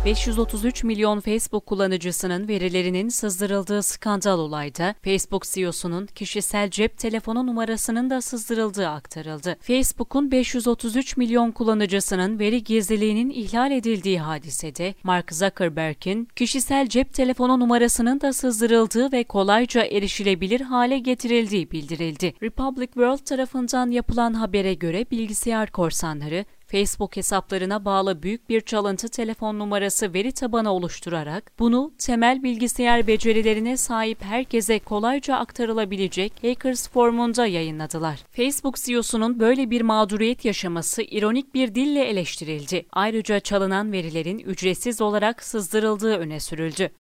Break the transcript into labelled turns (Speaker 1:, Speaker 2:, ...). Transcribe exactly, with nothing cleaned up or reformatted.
Speaker 1: beş yüz otuz üç milyon Facebook kullanıcısının verilerinin sızdırıldığı skandal olayda Facebook C E O'sunun kişisel cep telefonu numarasının da sızdırıldığı aktarıldı. Facebook'un beş yüz otuz üç milyon kullanıcısının veri gizliliğinin ihlal edildiği hadisede Mark Zuckerberg'in kişisel cep telefonu numarasının da sızdırıldığı ve kolayca erişilebilir hale getirildiği bildirildi. Republic World tarafından yapılan habere göre bilgisayar korsanları Facebook hesaplarına bağlı büyük bir çalıntı telefon numarası veri tabanı oluşturarak bunu temel bilgisayar becerilerine sahip herkese kolayca aktarılabilecek Hackers formunda yayınladılar. Facebook C E O'sunun böyle bir mağduriyet yaşaması ironik bir dille eleştirildi. Ayrıca çalınan verilerin ücretsiz olarak sızdırıldığı öne sürüldü.